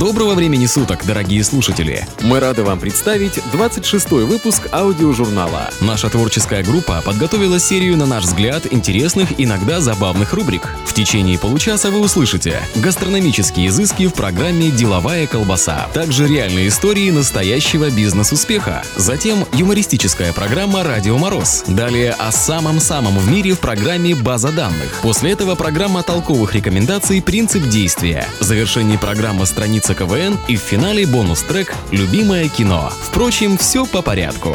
Доброго времени суток, дорогие слушатели! Мы рады вам представить 26-й выпуск аудиожурнала. Наша творческая группа подготовила серию, на наш взгляд, интересных, иногда забавных рубрик. В течение получаса вы услышите гастрономические изыски в программе «Деловая колбаса», также реальные истории настоящего бизнес-успеха, затем юмористическая программа «Радио Мороз», далее о самом-самом в мире в программе «База данных». После этого программа толковых рекомендаций «Принцип действия». В завершении программы «Страница КВН» и в финале бонус-трек «Любимое кино». Впрочем, все по порядку.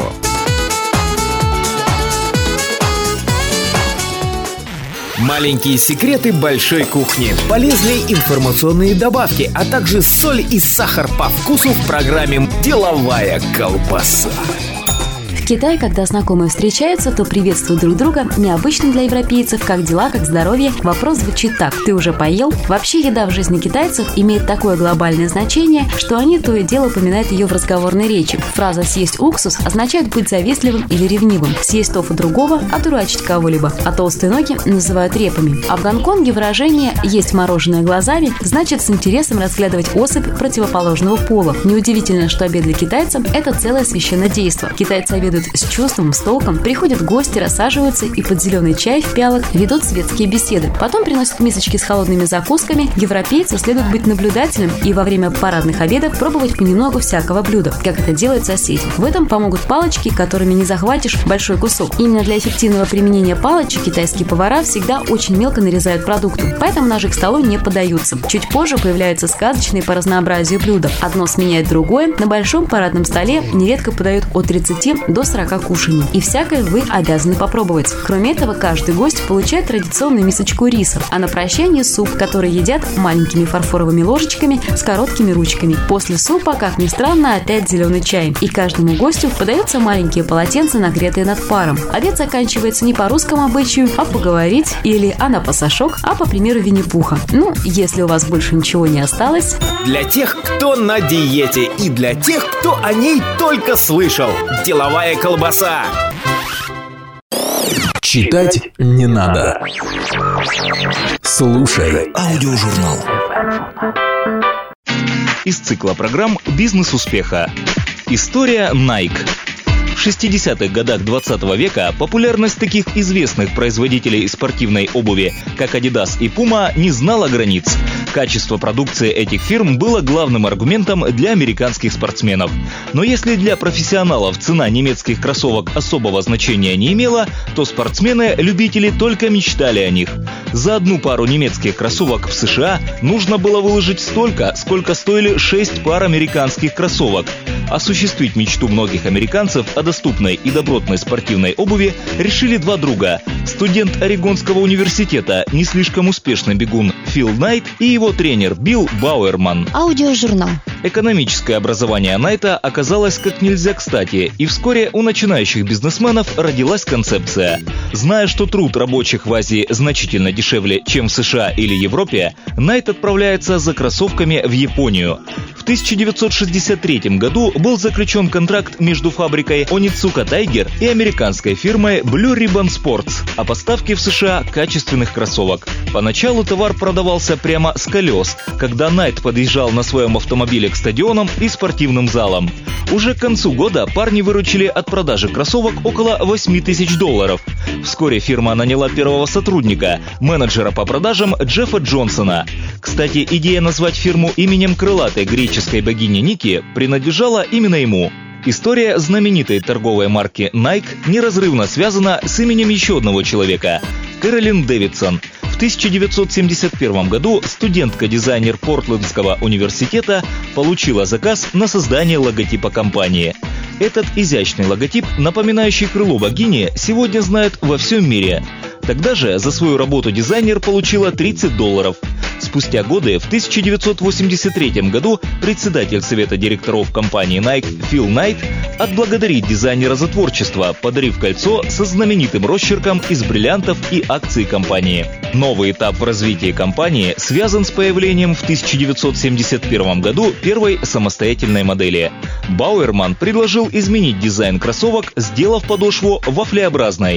Маленькие секреты большой кухни, полезные информационные добавки, а также соль и сахар по вкусу в программе «Деловая колбаса». В Китае, когда знакомые встречаются, то приветствуют друг друга необычным для европейцев «как дела?», «как здоровье?». Вопрос звучит так: «Ты уже поел?». Вообще, еда в жизни китайцев имеет такое глобальное значение, что они то и дело упоминают ее в разговорной речи. Фраза «съесть уксус» означает быть завистливым или ревнивым, съесть тофу другого – одурачить кого-либо, а толстые ноги называют репами. А в Гонконге выражение «есть мороженое глазами» значит с интересом разглядывать особь противоположного пола. Неудивительно, что обед для китайцев – это целое священное действо. Китайцы обедают с чувством, с толком, приходят гости, рассаживаются и под зеленый чай в пиалах ведут светские беседы. Потом приносят мисочки с холодными закусками. Европейцу следует быть наблюдателем и во время парадных обедов пробовать понемногу всякого блюда, как это делают соседи. В этом помогут палочки, которыми не захватишь большой кусок. Именно для эффективного применения палочек китайские повара всегда очень мелко нарезают продукты, поэтому ножи к столу не подаются. Чуть позже появляются сказочные по разнообразию блюда. Одно сменяет другое. На большом парадном столе нередко подают от 30 до 40 кушаний, и всякое вы обязаны попробовать. Кроме этого, каждый гость получает традиционную мисочку риса, а на прощание суп, который едят маленькими фарфоровыми ложечками с короткими ручками. После супа, как ни странно, опять зеленый чай, и каждому гостю подаются маленькие полотенца, нагретые над паром. Обед заканчивается не по русскому обычаю, а поговорить, или а на пасашок, а по примеру Винни-Пуха. Ну, если у вас больше ничего не осталось. Для тех, кто на диете, и для тех, кто о ней только слышал. Деловая колбаса. Читать не надо. Слушай аудиожурнал. Из цикла программ «Бизнес успеха». История Nike. В 60-х годах 20 века популярность таких известных производителей спортивной обуви, как Adidas и Puma, не знала границ. Качество продукции этих фирм было главным аргументом для американских спортсменов. Но если для профессионалов цена немецких кроссовок особого значения не имела, то спортсмены-любители только мечтали о них. За одну пару немецких кроссовок в США нужно было выложить столько, сколько стоили 6 пар американских кроссовок. Осуществить мечту многих американцев о доступной и добротной спортивной обуви решили два друга. Студент Орегонского университета, не слишком успешный бегун Фил Найт и его тренер Билл Бауэрман. Аудиожурнал. Экономическое образование Найта оказалось как нельзя кстати, и вскоре у начинающих бизнесменов родилась концепция. Зная, что труд рабочих в Азии значительно дешевле, чем в США или Европе, Найт отправляется за кроссовками в Японию. В 1963 году был заключен контракт между фабрикой Onitsuka Tiger и американской фирмой Blue Ribbon Sports о поставке в США качественных кроссовок. Поначалу товар продавался прямо с колес, когда Найт подъезжал на своем автомобиле к стадионам и спортивным залам. Уже к концу года парни выручили от продажи кроссовок около $8000. Вскоре фирма наняла первого сотрудника, менеджера по продажам Джеффа Джонсона. Кстати, идея назвать фирму именем крылатой греческой богини Ники принадлежала именно ему. История знаменитой торговой марки Nike неразрывно связана с именем еще одного человека – Кэролин Дэвидсон. В 1971 году студентка-дизайнер Портлендского университета получила заказ на создание логотипа компании. Этот изящный логотип, напоминающий крыло богини, сегодня знают во всем мире. Тогда же за свою работу дизайнер получила $30. Спустя годы, в 1983 году, председатель совета директоров компании Nike Фил Найт отблагодарит дизайнера за творчество, подарив кольцо со знаменитым росчерком из бриллиантов и акций компании. Новый этап в развитии компании связан с появлением в 1971 году первой самостоятельной модели. Бауэрман предложил изменить дизайн кроссовок, сделав подошву вафлеобразной.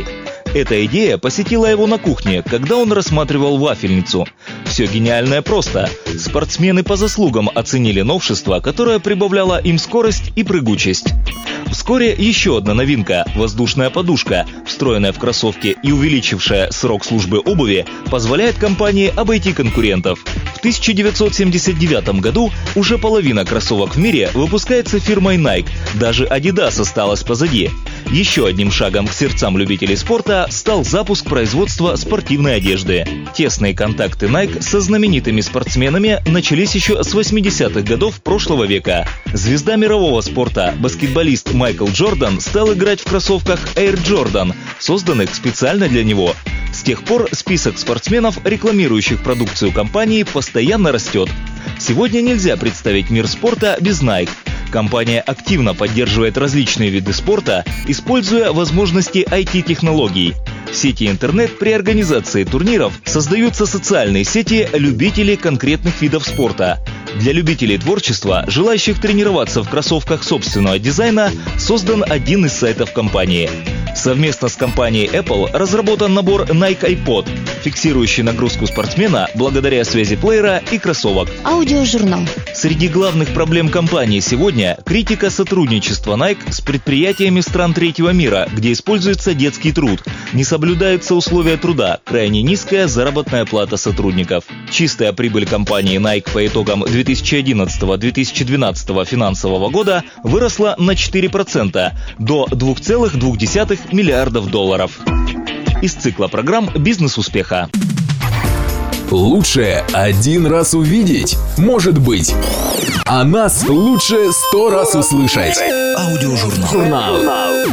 Эта идея посетила его на кухне, когда он рассматривал вафельницу. Все гениальное просто. Спортсмены по заслугам оценили новшество, которое прибавляло им скорость и прыгучесть. Вскоре еще одна новинка – воздушная подушка, встроенная в кроссовки и увеличившая срок службы обуви, позволяет компании обойти конкурентов. В 1979 году уже половина кроссовок в мире выпускается фирмой Nike, даже Adidas осталась позади. Еще одним шагом к сердцам любителей спорта стал запуск производства спортивной одежды. Тесные контакты Nike со знаменитыми спортсменами начались еще с 80-х годов прошлого века. Звезда мирового спорта, баскетболист Майкл Джордан стал играть в кроссовках Air Jordan, созданных специально для него. С тех пор список спортсменов, рекламирующих продукцию компании, постоянно растет. Сегодня нельзя представить мир спорта без Nike. Компания активно поддерживает различные виды спорта, используя возможности IT-технологий. В сети интернет при организации турниров создаются социальные сети любителей конкретных видов спорта. Для любителей творчества, желающих тренироваться в кроссовках собственного дизайна, создан один из сайтов компании. Совместно с компанией Apple разработан набор Nike iPod, фиксирующий нагрузку спортсмена благодаря связи плеера и кроссовок. Аудиожурнал. Среди главных проблем компании сегодня – критика сотрудничества Nike с предприятиями стран третьего мира, где используется детский труд, не соблюдаются условия труда, крайне низкая заработная плата сотрудников. Чистая прибыль компании Nike по итогам 2011-2012 финансового года выросла на 4% до $2,2 миллиардов. Из цикла программ «Бизнес успеха». Лучше один раз увидеть, может быть. А нас лучше 100 раз услышать. Аудиожурнал.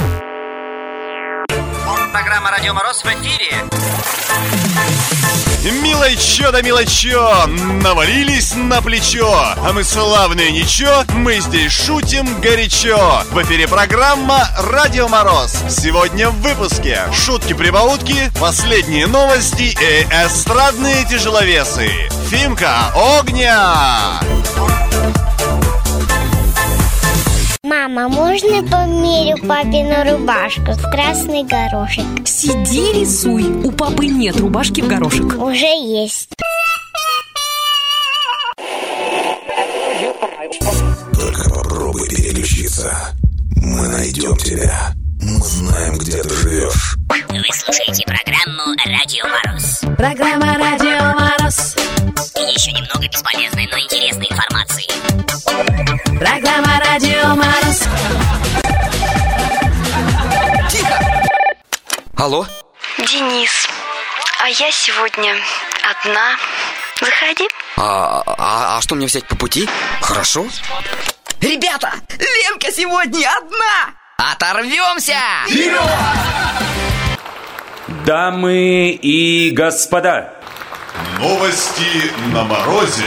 Программа «Радио Мороз» в эфире. Милочо да милочо, навалились на плечо. А мы славные ничего, мы здесь шутим горячо. В эфире программа «Радио Мороз». Сегодня в выпуске шутки-прибаутки, последние новости и эстрадные тяжеловесы. Фимка Огня. Мама, можно померю папину рубашку в красный горошек? Сиди, рисуй. У папы нет рубашки в горошек. Уже есть. Только попробуй переключиться. Мы найдем тебя. Мы знаем, где ты живешь. Вы слушаете программу «Радио Мороз». Программа «Радио Мороз». И еще немного бесполезной, но интересной информации. Программа «Радио Мороз». Тихо! Алло? Денис, а я сегодня одна. Заходи. А что мне взять по пути? Хорошо. Ребята, Ленка сегодня одна! Оторвемся! Дамы и господа, новости на морозе.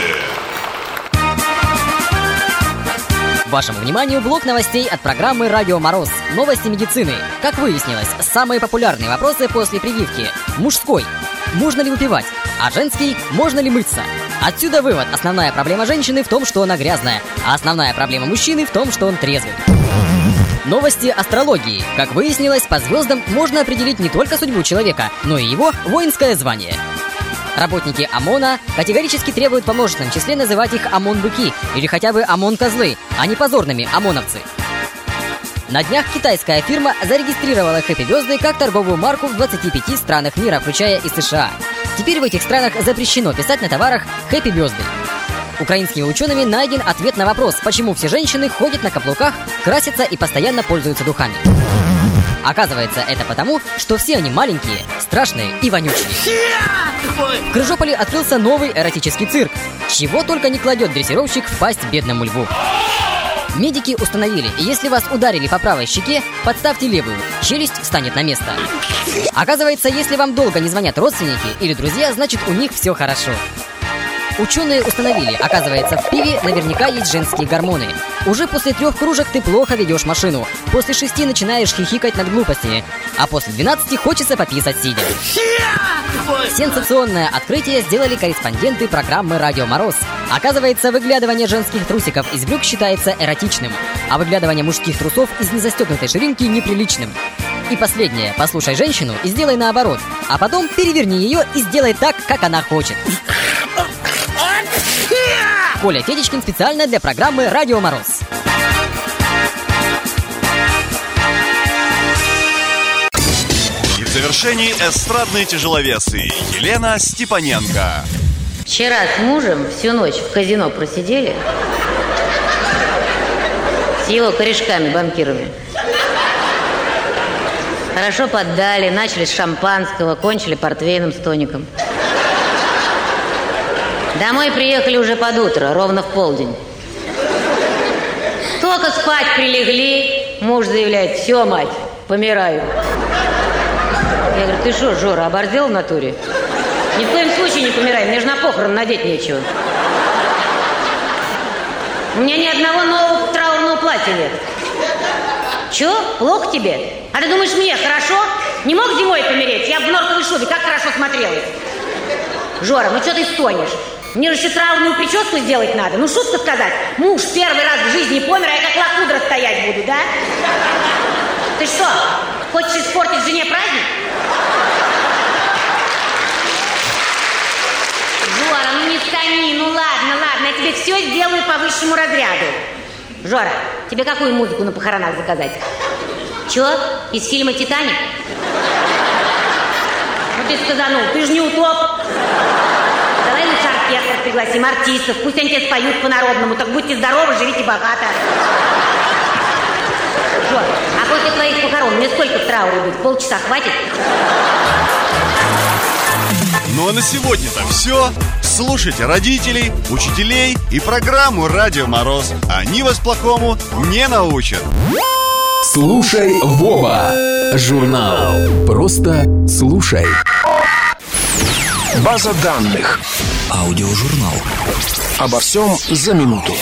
Вашему вниманию блок новостей от программы «Радио Мороз». Новости медицины. Как выяснилось, самые популярные вопросы после прививки. Мужской. Можно ли выпивать? А женский. Можно ли мыться? Отсюда вывод. Основная проблема женщины в том, что она грязная. А основная проблема мужчины в том, что он трезвый. Новости астрологии. Как выяснилось, по звездам можно определить не только судьбу человека, но и его воинское звание. Работники ОМОНа категорически требуют по множественном числе называть их ОМОН-быки или хотя бы ОМОН-козлы, а не позорными ОМОНовцы. На днях китайская фирма зарегистрировала Happy Birthday как торговую марку в 25 странах мира, включая и США. Теперь в этих странах запрещено писать на товарах Happy Birthday. Украинскими учеными найден ответ на вопрос, почему все женщины ходят на каблуках, красятся и постоянно пользуются духами. Оказывается, это потому, что все они маленькие, страшные и вонючие. В Крыжополе открылся новый эротический цирк. Чего только не кладет дрессировщик в пасть бедному льву. Медики установили, если вас ударили по правой щеке, подставьте левую, челюсть встанет на место. Оказывается, если вам долго не звонят родственники или друзья, значит у них все хорошо. Ученые установили, оказывается, в пиве наверняка есть женские гормоны. Уже после 3 кружек ты плохо ведешь машину. После 6 начинаешь хихикать над глупостями. А после 12 хочется пописать сидя. Сенсационное открытие сделали корреспонденты программы «Радио Мороз». Оказывается, выглядывание женских трусиков из брюк считается эротичным, а выглядывание мужских трусов из незастегнутой ширинки неприличным. И последнее. Послушай женщину и сделай наоборот. А потом переверни ее и сделай так, как она хочет. Коля Федичкин специально для программы «Радио Мороз». И в завершении эстрадные тяжеловесы Елена Степаненко. Вчера с мужем всю ночь в казино просидели. С его корешками-банкирами. Хорошо поддали, начали с шампанского, кончили портвейном с тоником. Домой приехали уже под утро, ровно в полдень. Только спать прилегли, муж заявляет: все, мать, помираю. Я говорю: ты что, Жора, оборзел в натуре? Ни в коем случае не помирай, мне же на похорон надеть нечего. У меня ни одного нового траурного платья нет. Че, плохо тебе? А ты думаешь, мне хорошо? Не мог зимой помереть? Я в норковой шубе, как хорошо смотрелась. Жора, ну что ты стонешь? Мне же еще траурную прическу сделать надо. Ну, шутка сказать. Муж первый раз в жизни помер, а я как лохудра стоять буду, да? Ты что, хочешь испортить жене праздник? Жора, ну не стани, ну ладно, я тебе все сделаю по высшему разряду. Жора, тебе какую музыку на похоронах заказать? Че? Из фильма «Титаник»? Ну ты сказанул, ты же не утоп. Давай лучше оркестр пригласим, артистов, пусть они тебе споют по-народному, так будьте здоровы, живите богато. Жор, а после твоих похорон мне сколько в трауре быть? Полчаса хватит? Ну а на сегодня-то все. Слушайте родителей, учителей и программу «Радио Мороз». Они вас плохому не научат. Слушай, Вова. Журнал. Просто слушай. База данных. Аудиожурнал. Обо всем за минуту.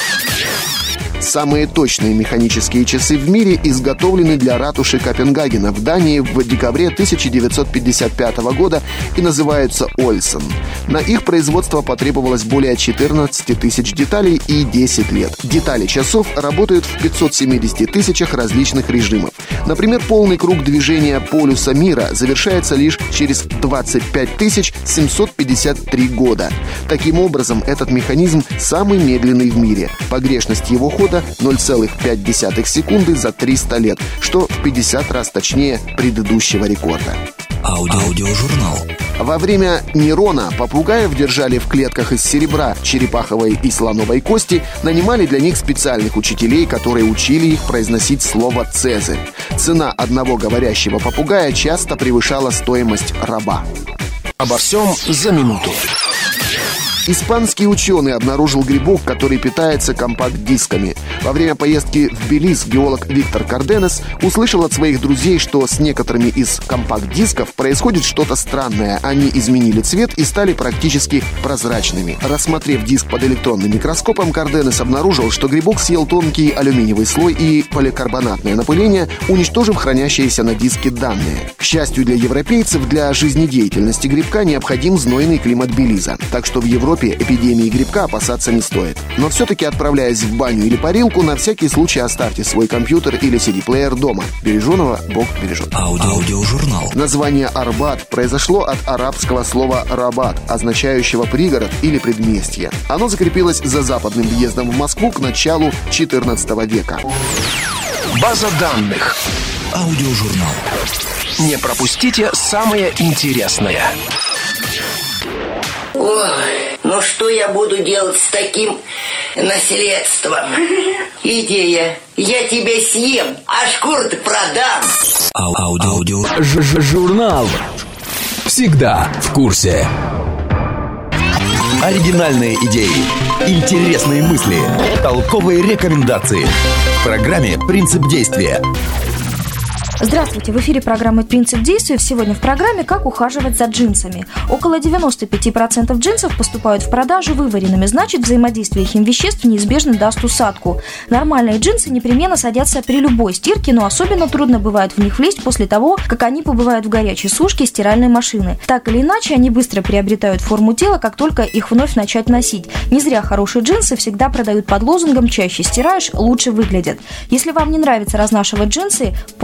Самые точные механические часы в мире изготовлены для ратуши Копенгагена в Дании в декабре 1955 года и называются Ольсен. На их производство потребовалось более 14 тысяч деталей и 10 лет. Детали часов работают в 570 тысячах различных режимов. Например, полный круг движения полюса мира завершается лишь через 25 753 года. Таким образом, этот механизм самый медленный в мире. Погрешность его хода 0,5 секунды за 300 лет, что в 50 раз точнее предыдущего рекорда. Аудиожурнал. Во время Нерона попугаев держали в клетках из серебра, черепаховой и слоновой кости, нанимали для них специальных учителей, которые учили их произносить слово «цезарь». Цена одного говорящего попугая часто превышала стоимость раба. Обо всем за минуту. Испанский ученый обнаружил грибок, который питается компакт-дисками. Во время поездки в Белиз геолог Виктор Карденес услышал от своих друзей, что с некоторыми из компакт-дисков происходит что-то странное. Они изменили цвет и стали практически прозрачными. Рассмотрев диск под электронным микроскопом, Карденес обнаружил, что грибок съел тонкий алюминиевый слой и поликарбонатное напыление, уничтожив хранящиеся на диске данные. К счастью для европейцев, для жизнедеятельности грибка необходим знойный климат Белиза. Так что в Европе эпидемии грибка опасаться не стоит. Но все-таки, отправляясь в баню или парилку, на всякий случай оставьте свой компьютер или CD-плеер дома. Береженого Бог бережет. Аудиожурнал. Название Арбат произошло от арабского слова «рабат», означающего пригород или предместье. Оно закрепилось за западным въездом в Москву к началу XIV века. База данных. Аудиожурнал. Не пропустите самое интересное. Ой, ну что я буду делать с таким наследством? Идея. Я тебя съем, а шкуру-то продам. Журнал. Всегда в курсе. Оригинальные идеи, интересные мысли, толковые рекомендации. В программе «Принцип действия». Здравствуйте, в эфире программы «Принцип действия». Сегодня в программе «Как ухаживать за джинсами». Около 95% джинсов поступают в продажу вываренными, значит, взаимодействие химвеществ неизбежно даст усадку. Нормальные джинсы непременно садятся при любой стирке, но особенно трудно бывает в них влезть после того, как они побывают в горячей сушке стиральной машины. Так или иначе, они быстро приобретают форму тела, как только их вновь начать носить. Не зря хорошие джинсы всегда продают под лозунгом «чаще стираешь, лучше выглядят». Если вам не нравится разнашивать джинсы, после каждого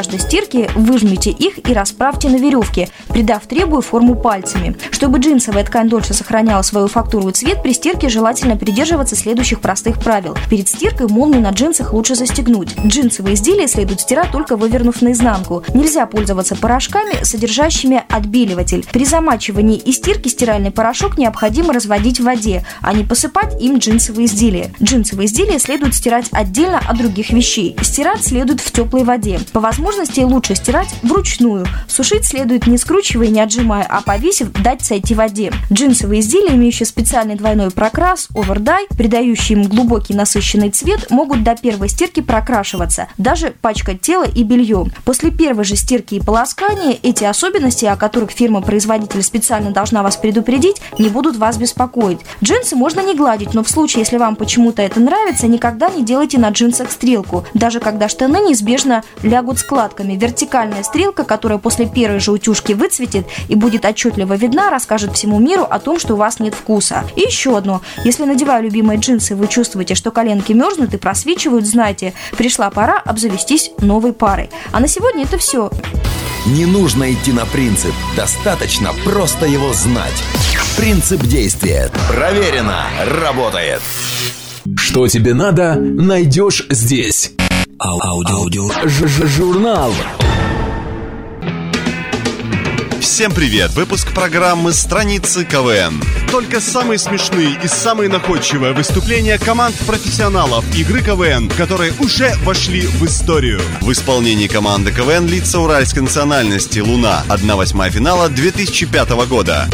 каждой стирки выжмите их и расправьте на веревке, придав требую форму пальцами. Чтобы джинсовая ткань дольше сохраняла свою фактуру и цвет, при стирке желательно придерживаться следующих простых правил. Перед стиркой молнию на джинсах лучше застегнуть. Джинсовые изделия следует стирать только вывернув наизнанку. Нельзя пользоваться порошками, содержащими отбеливатель. При замачивании и стирке стиральный порошок необходимо разводить в воде, а не посыпать им джинсовые изделия. Джинсовые изделия следует стирать отдельно от других вещей. Стирать следует в теплой воде. По возможности лучше стирать вручную. Сушить следует не скручивая и не отжимая, а повесив, дать сойти в воде. Джинсовые изделия, имеющие специальный двойной прокрас, овердай, придающий им глубокий насыщенный цвет, могут до первой стирки прокрашиваться, даже пачкать тело и белье. После первой же стирки и полоскания эти особенности, о которых фирма-производитель специально должна вас предупредить, не будут вас беспокоить. Джинсы можно не гладить, но в случае, если вам почему-то это нравится, никогда не делайте на джинсах стрелку, даже когда штаны неизбежно лягут складками. Вертикальная стрелка, которая после первой же утюжки выцветит и будет отчетливо видна, расскажет всему миру о том, что у вас нет вкуса. И еще одно. Если, надевая любимые джинсы, вы чувствуете, что коленки мерзнут и просвечивают, знайте, пришла пора обзавестись новой парой. А на сегодня это все. Не нужно идти на принцип, достаточно просто его знать. Принцип действия. Проверено. Работает. Что тебе надо, найдешь здесь. Журнал. Всем привет! Выпуск программы «Страницы КВН». Только самые смешные и самые находчивые выступления команд профессионалов игры КВН, которые уже вошли в историю. В исполнении команды КВН лица уральской национальности «Луна». 1/8 финала 2005 года.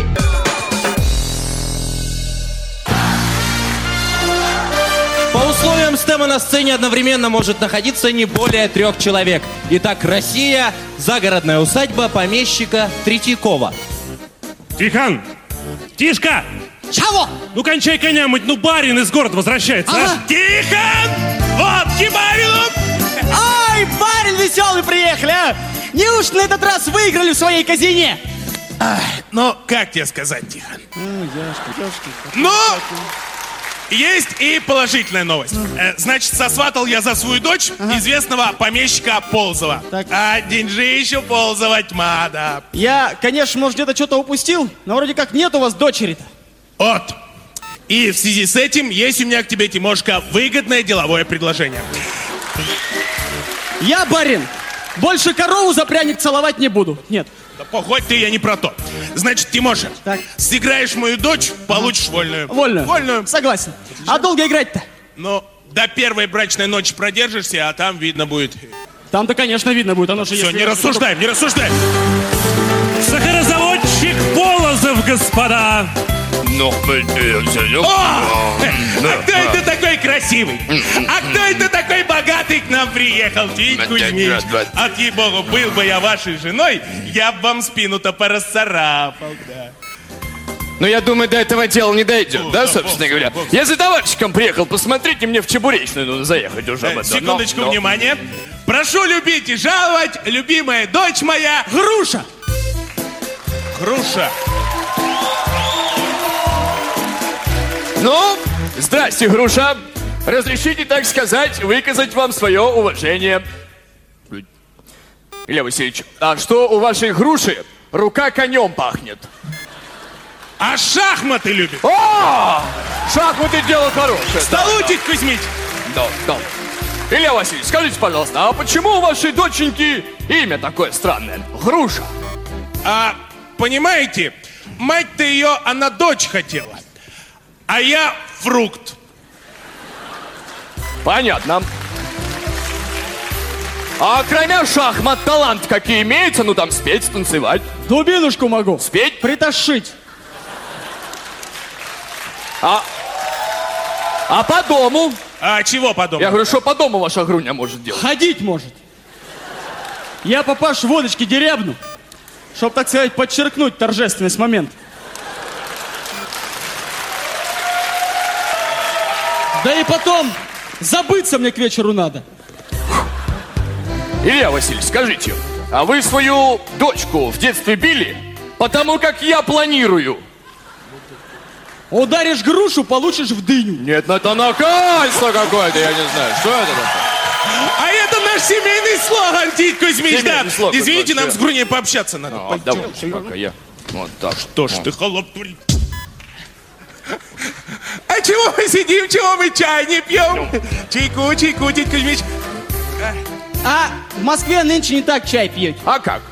По условиям стема на сцене одновременно может находиться не более 3 человек. Итак, Россия, загородная усадьба помещика Третьякова. Тихон! Тишка! Чего? Ну кончай коня мыть, ну барин из города возвращается, ага. Тихон! Вот, к барину! Ай, барин веселый приехали, а! Неужто на этот раз выиграли в своей казине? Ну, как тебе сказать, Тихон? Ну... Есть и положительная новость. Значит, сосватал я за свою дочь известного помещика Ползова. Так. А деньжищу Ползова тьма, да. Я, конечно, может, где-то что-то упустил, но вроде как нет у вас дочери-то. Вот. И в связи с этим есть у меня к тебе, Тимошка, выгодное деловое предложение. Я, барин, больше корову за пряник целовать не буду. Нет. Да походь ты, я не про то. Значит, Тимоша, сыграешь мою дочь, получишь вольную. Вольную? Вольную. Согласен. А долго играть-то? Ну, до первой брачной ночи продержишься, а там видно будет. Там-то, конечно, видно будет. Оно же все, если... не рассуждаем, не рассуждаем. Сахарозаводчик Полозов, господа. Ну, а кто это такой красивый? А кто это такой богатый к нам приехал? Тить Кузьмич, от ей-богу, был бы я вашей женой, я бы вам спину-то порасцарапал, да. Ну, я думаю, до этого дела не дойдет, да, собственно говоря? Я за товарищиком приехал, посмотрите, мне в Чебуречную нужно заехать уже. Секундочку, внимания. Прошу любить и жаловать, любимая дочь моя, Груша. Груша. Ну, здрасте, Груша. Разрешите, так сказать, выказать вам свое уважение. Илья Васильевич, а что у вашей груши рука конем пахнет? А шахматы любит. О! Шахматы дело хорошее. Столу, Тить Кузьмич. Да. Илья Васильевич, скажите, пожалуйста, а почему у вашей доченьки имя такое странное? Груша. А, понимаете, мать-то ее, она дочь хотела. А я фрукт. Понятно. А кроме шахмат талант какие имеются? Ну там спеть, танцевать. Дубинушку могу. Спеть? Притащить. А по дому? А чего по дому? Я говорю, что по дому ваша груня может делать? Ходить может. Я, папаш, водочки дерябну, чтоб, так сказать, подчеркнуть торжественность момента. Да и потом, забыться мне к вечеру надо. Илья Васильевич, скажите, а вы свою дочку в детстве били? Потому как я планирую. Ударишь грушу, получишь в дыню. Нет, ну это накальство какое-то, я не знаю. Что это такое? А это наш семейный слоган, Тит Кузьмич, да. Слоган, Извините, вообще. нам с Груней пообщаться надо. Давай, пока я. Вот так. Что ж ты, холоп, А чего мы сидим, чего мы чай не пьем? Чайку, Тит Кузьмич. А в Москве нынче не так чай пьют. А как?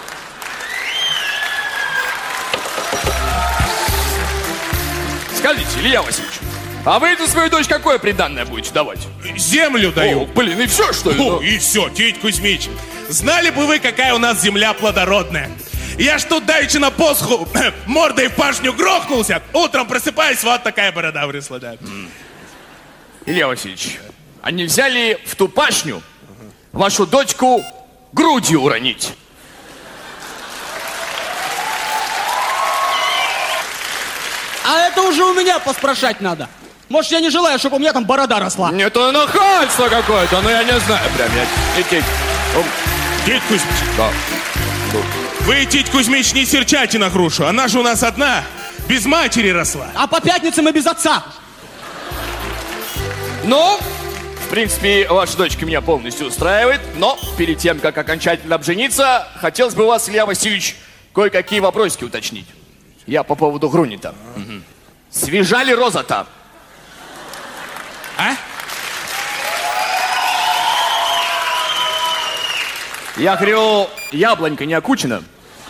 Скажите, Илья Васильевич, а вы за свою дочь какое приданное будете давать? Землю даю. О, блин, и все, что ли? О, и все, Тит Кузьмич. Знали бы вы, какая у нас земля плодородная. Я ж тут давеча на Пасху мордой в пашню грохнулся. Утром просыпаюсь, вот такая борода выросла, да. Илья Васильевич, а нельзя ли в ту пашню вашу дочку грудью уронить? А это уже у меня поспрашать надо. Может, я не желаю, чтобы у меня там борода росла. Нет, это нахальство какое-то, но я не знаю прям. Тит Кузьмич. Да. Вы, Тит Кузьмич, не серчайте на грушу. Она же у нас одна, без матери росла. А по пятницам и без отца. Ну, в принципе, ваша дочка меня полностью устраивает, но перед тем, как окончательно обжениться, хотелось бы у вас, Илья Васильевич, кое-какие вопросики уточнить. Я по поводу Груни-то. Угу. Свежа ли роза-то? А? Я говорю, яблонька не окучена.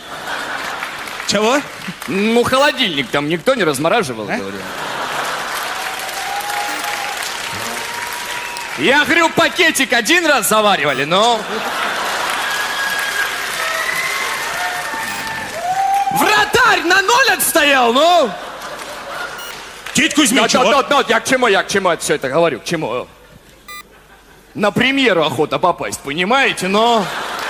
Чего? Ну, холодильник там никто не размораживал, говорю. Я говорю, пакетик один раз заваривали, но... Вратарь на 0 отстоял, ну! Тит Кузьмич, я к чему это все это говорю, к чему? На премьеру охота попасть, понимаете, но...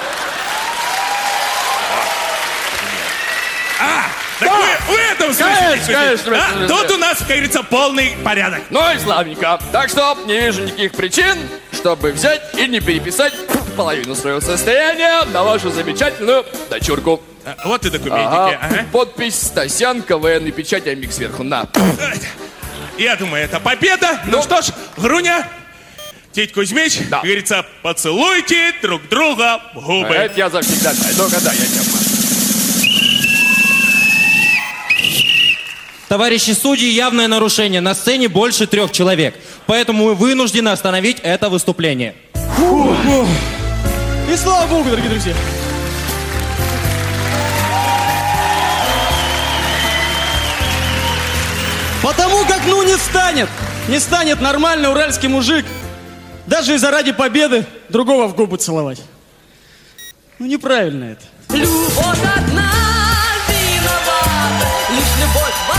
Так вы в этом смысле? Конечно. Тут у нас, как говорится, полный порядок. Ну и славненько. Так что не вижу никаких причин, чтобы взять и не переписать половину своего состояния на вашу замечательную дочурку. Вот и документики. Ага. Подпись Стасян, КВН и печать Амик сверху. На. Я думаю, это победа. Ну что ж, Груня, Тит Кузьмич, как говорится, поцелуйте друг друга в губы. Это я завсегда знаю. Ну-ка, да, я тебя понимаю. Товарищи судьи, явное нарушение. На сцене больше 3 человек. Поэтому мы вынуждены остановить это выступление. И слава богу, дорогие друзья. Потому как, не станет нормальный уральский мужик даже из-за ради победы другого в губы целовать. Ну, неправильно это. Любовь одна виновата, лишь любовь во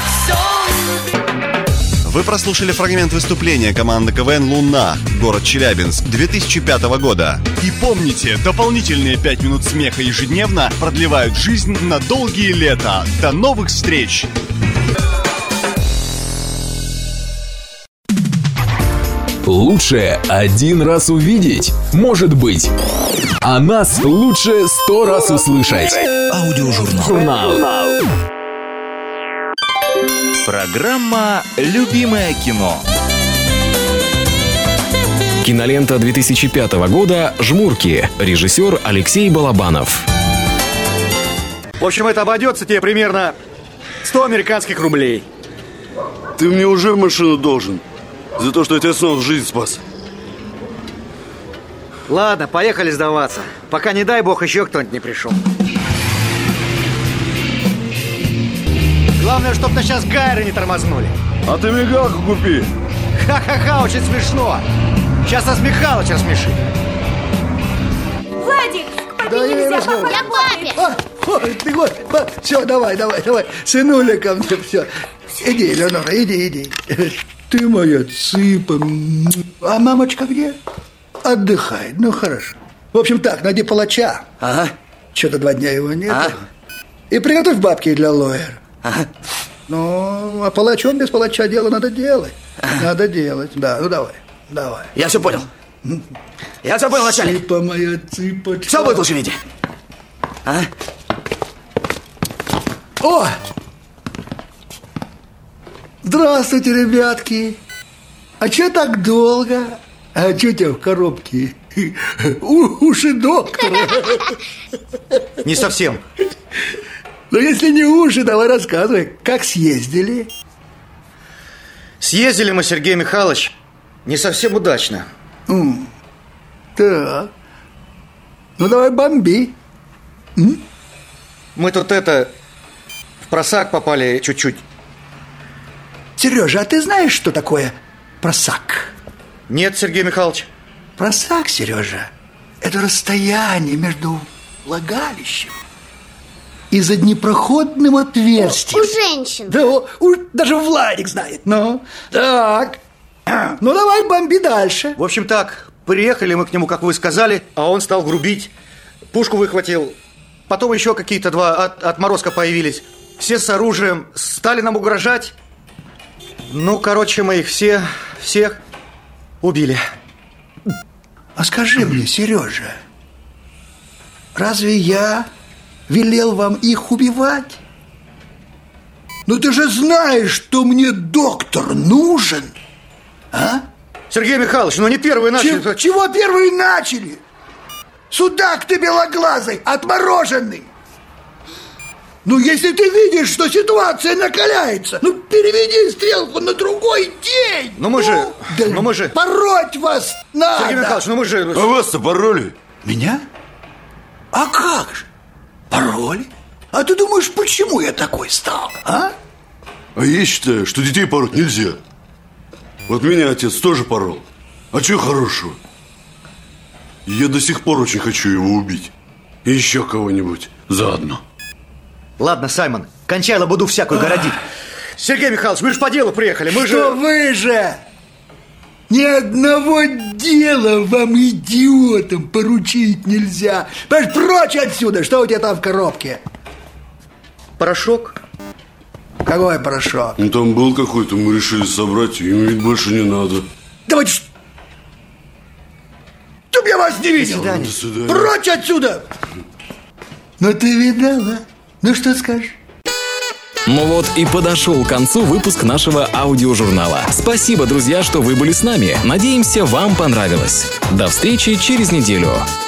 всем. Вы прослушали фрагмент выступления команды КВН «Луна», город Челябинск, 2005 года. И помните, дополнительные 5 минут смеха ежедневно продлевают жизнь на долгие лета. До новых встреч! Лучше один раз увидеть, может быть. А нас лучше 100 раз услышать. Аудиожурнал. Программа «Любимое кино». Кинолента 2005 года «Жмурки». Режиссер Алексей Балабанов. В общем, это обойдется тебе примерно 100 американских рублей. Ты мне уже машину должен. За то, что я тебе снова жизнь спас. Ладно, поехали сдаваться. Пока, не дай бог, еще кто-нибудь не пришел. Главное, чтоб на сейчас гайры не тормознули. А ты мигалку купи. Ха-ха-ха, очень смешно. Сейчас нас Михалыч рассмешит. Владик, к папе нельзя, папа. Я к папе. Ты вот, все, давай. Сынуля ко мне, все. Иди, Леонора, иди. Ты моя цыпа. А мамочка где? Отдыхает, ну хорошо. В общем так, найди палача. Ага. Что-то 2 дня его нет. И приготовь бабки для лоера. Ага. Ну, а палачом без палача дело надо делать. Надо делать, да, ну давай. Я все понял. Начальник. Цыпа моя, цыпочка. Все будет в лучшем виде. О! Здравствуйте, ребятки. А че так долго? А че у тебя в коробке? Уши доктора. Не совсем. Но если не уши, давай рассказывай, как съездили? Съездили мы, Сергей Михайлович, не совсем удачно. Так. Ну, давай бомби. Мы тут в просак попали чуть-чуть. Сережа, а ты знаешь, что такое просак? Нет, Сергей Михайлович. Просак, Сережа, это расстояние между влагалищем и заднепроходным отверстием. У женщин. Да, даже Владик знает. Ну, так. Ну, давай бомби дальше. В общем так, приехали мы к нему, как вы сказали, а он стал грубить. Пушку выхватил. Потом еще какие-то два отморозка появились. Все с оружием, стали нам угрожать. Ну, короче, мы их всех убили. А скажи мне, Сережа, разве я велел вам их убивать? Ну, ты же знаешь, что мне доктор нужен, а? Сергей Михайлович, ну не первые начали. Чего первые начали? Судак ты белоглазый, отмороженный. Ну, если ты видишь, что ситуация накаляется, ну, переведи стрелку на другой день. Ну, мы же... Пороть вас надо. Сергей Михайлович, ну мы же... А вас-то пороли? Меня? А как же? Пороли? А ты думаешь, почему я такой стал, а? А я считаю, что детей пороть нельзя. Вот меня отец тоже порол. А чего хорошего? Я до сих пор очень хочу его убить. И еще кого-нибудь заодно. Ладно, Саймон, кончай лабуду всякую городить. Сергей Михайлович, мы же по делу приехали, мы что же... вы же? Ни одного дела вам, идиотам, поручить нельзя. Пошли прочь отсюда, что у тебя там в коробке? Порошок. Какой порошок? Ну, там был какой-то, мы решили собрать, им ведь больше не надо. Давайте... Чтоб я вас не видел. До свидания. Прочь отсюда! Ну, ты видала? Ну, что скажешь? Ну вот и подошел к концу выпуск нашего аудиожурнала. Спасибо, друзья, что вы были с нами. Надеемся, вам понравилось. До встречи через неделю.